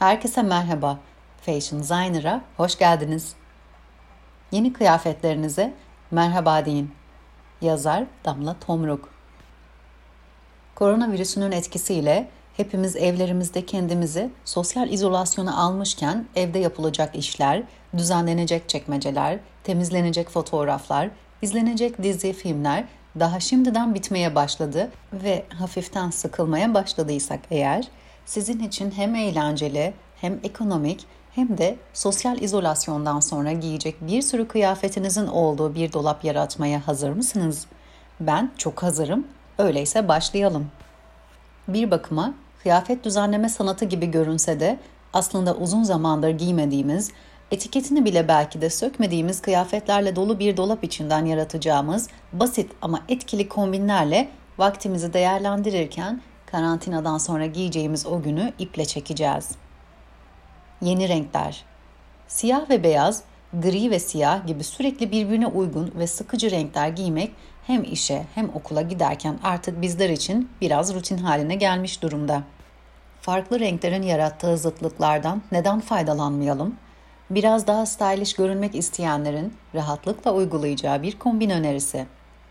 Herkese merhaba. Fashion Designer'a hoş geldiniz. Yeni kıyafetlerinize merhaba deyin. Yazar Damla Tomruk. Koronavirüsünün etkisiyle hepimiz evlerimizde kendimizi sosyal izolasyona almışken evde yapılacak işler, düzenlenecek çekmeceler, temizlenecek fotoğraflar, izlenecek dizi, filmler daha şimdiden bitmeye başladı ve hafiften sıkılmaya başladıysak eğer, sizin için hem eğlenceli, hem ekonomik, hem de sosyal izolasyondan sonra giyecek bir sürü kıyafetinizin olduğu bir dolap yaratmaya hazır mısınız? Ben çok hazırım. Öyleyse başlayalım. Bir bakıma kıyafet düzenleme sanatı gibi görünse de aslında uzun zamandır giymediğimiz, etiketini bile belki de sökmediğimiz kıyafetlerle dolu bir dolap içinden yaratacağımız basit ama etkili kombinlerle vaktimizi değerlendirirken karantinadan sonra giyeceğimiz o günü iple çekeceğiz. Yeni renkler. Siyah ve beyaz, gri ve siyah gibi sürekli birbirine uygun ve sıkıcı renkler giymek hem işe hem okula giderken artık bizler için biraz rutin haline gelmiş durumda. Farklı renklerin yarattığı zıtlıklardan neden faydalanmayalım? Biraz daha stylish görünmek isteyenlerin rahatlıkla uygulayacağı bir kombin önerisi.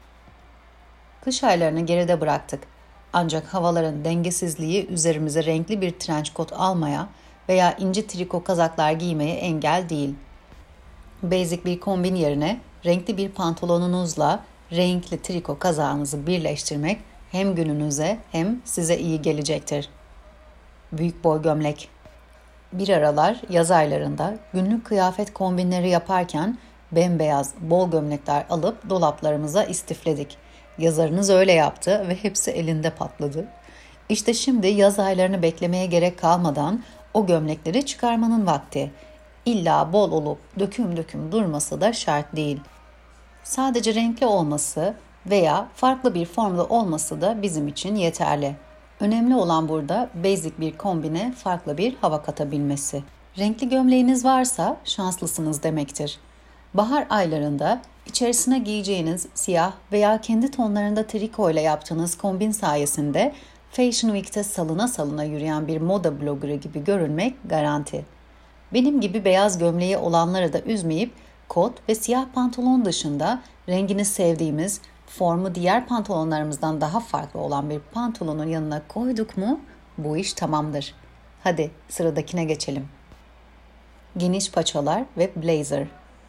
Kış aylarını geride bıraktık. Ancak havaların dengesizliği üzerimize renkli bir trench coat almaya veya ince triko kazaklar giymeye engel değil. Basic bir kombin yerine renkli bir pantolonunuzla renkli triko kazağınızı birleştirmek hem gününüze hem size iyi gelecektir. Büyük boy gömlek. Bir aralar yaz aylarında günlük kıyafet kombinleri yaparken bembeyaz bol gömlekler alıp dolaplarımıza istifledik. Yazarınız öyle yaptı ve hepsi elinde patladı. İşte şimdi yaz aylarını beklemeye gerek kalmadan o gömlekleri çıkarmanın vakti. İlla bol olup döküm döküm durması da şart değil. Sadece renkli olması veya farklı bir formda olması da bizim için yeterli. Önemli olan burada basic bir kombine farklı bir hava katabilmesi. Renkli gömleğiniz varsa şanslısınız demektir. Bahar aylarında içerisine giyeceğiniz siyah veya kendi tonlarında triko ile yaptığınız kombin sayesinde Fashion Week'te salına salına yürüyen bir moda bloggerı gibi görünmek garanti. Benim gibi beyaz gömleği olanları da üzmeyip kot ve siyah pantolon dışında rengini sevdiğimiz, formu diğer pantolonlarımızdan daha farklı olan bir pantolonun yanına koyduk mu bu iş tamamdır. Hadi sıradakine geçelim. Geniş paçalar ve blazer.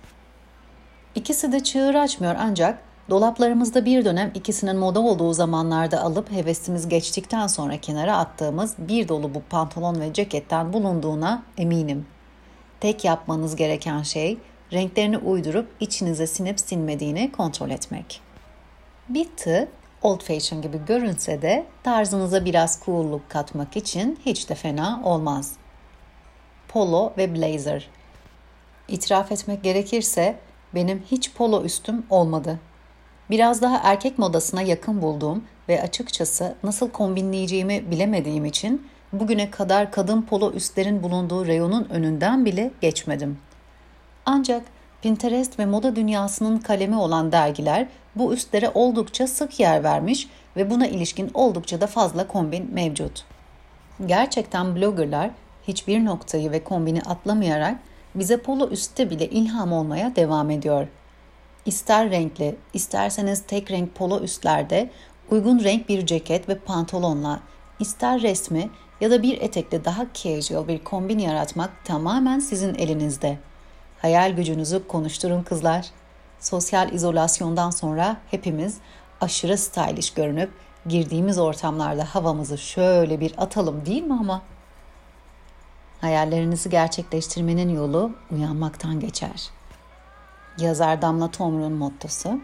İkisi de çığır açmıyor ancak dolaplarımızda bir dönem ikisinin moda olduğu zamanlarda alıp hevesimiz geçtikten sonra kenara attığımız bir dolu bu pantolon ve ceketten bulunduğuna eminim. Tek yapmanız gereken şey renklerini uydurup içinize sinip sinmediğini kontrol etmek. Bir tık old fashion gibi görünse de tarzınıza biraz cool'luk katmak için hiç de fena olmaz. Polo ve blazer. İtiraf etmek gerekirse benim hiç polo üstüm olmadı. Biraz daha erkek modasına yakın bulduğum ve açıkçası nasıl kombinleyeceğimi bilemediğim için bugüne kadar kadın polo üstlerin bulunduğu reyonun önünden bile geçmedim. Ancak Pinterest ve moda dünyasının kalemi olan dergiler bu üstlere oldukça sık yer vermiş ve buna ilişkin oldukça da fazla kombin mevcut. Gerçekten bloggerlar hiçbir noktayı ve kombini atlamayarak bize polo üstte bile ilham olmaya devam ediyor. İster renkli, isterseniz tek renk polo üstlerde uygun renk bir ceket ve pantolonla, ister resmi ya da bir etekle daha casual bir kombin yaratmak tamamen sizin elinizde. Hayal gücünüzü konuşturun kızlar. Sosyal izolasyondan sonra hepimiz aşırı stylish görünüp girdiğimiz ortamlarda havamızı şöyle bir atalım değil mi ama? Hayallerinizi gerçekleştirmenin yolu uyanmaktan geçer. Yazar Damla Tomruk'un mottosu.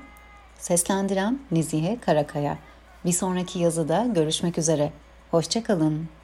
Seslendiren Nezihe Karakaya. Bir sonraki yazıda görüşmek üzere. Hoşça kalın.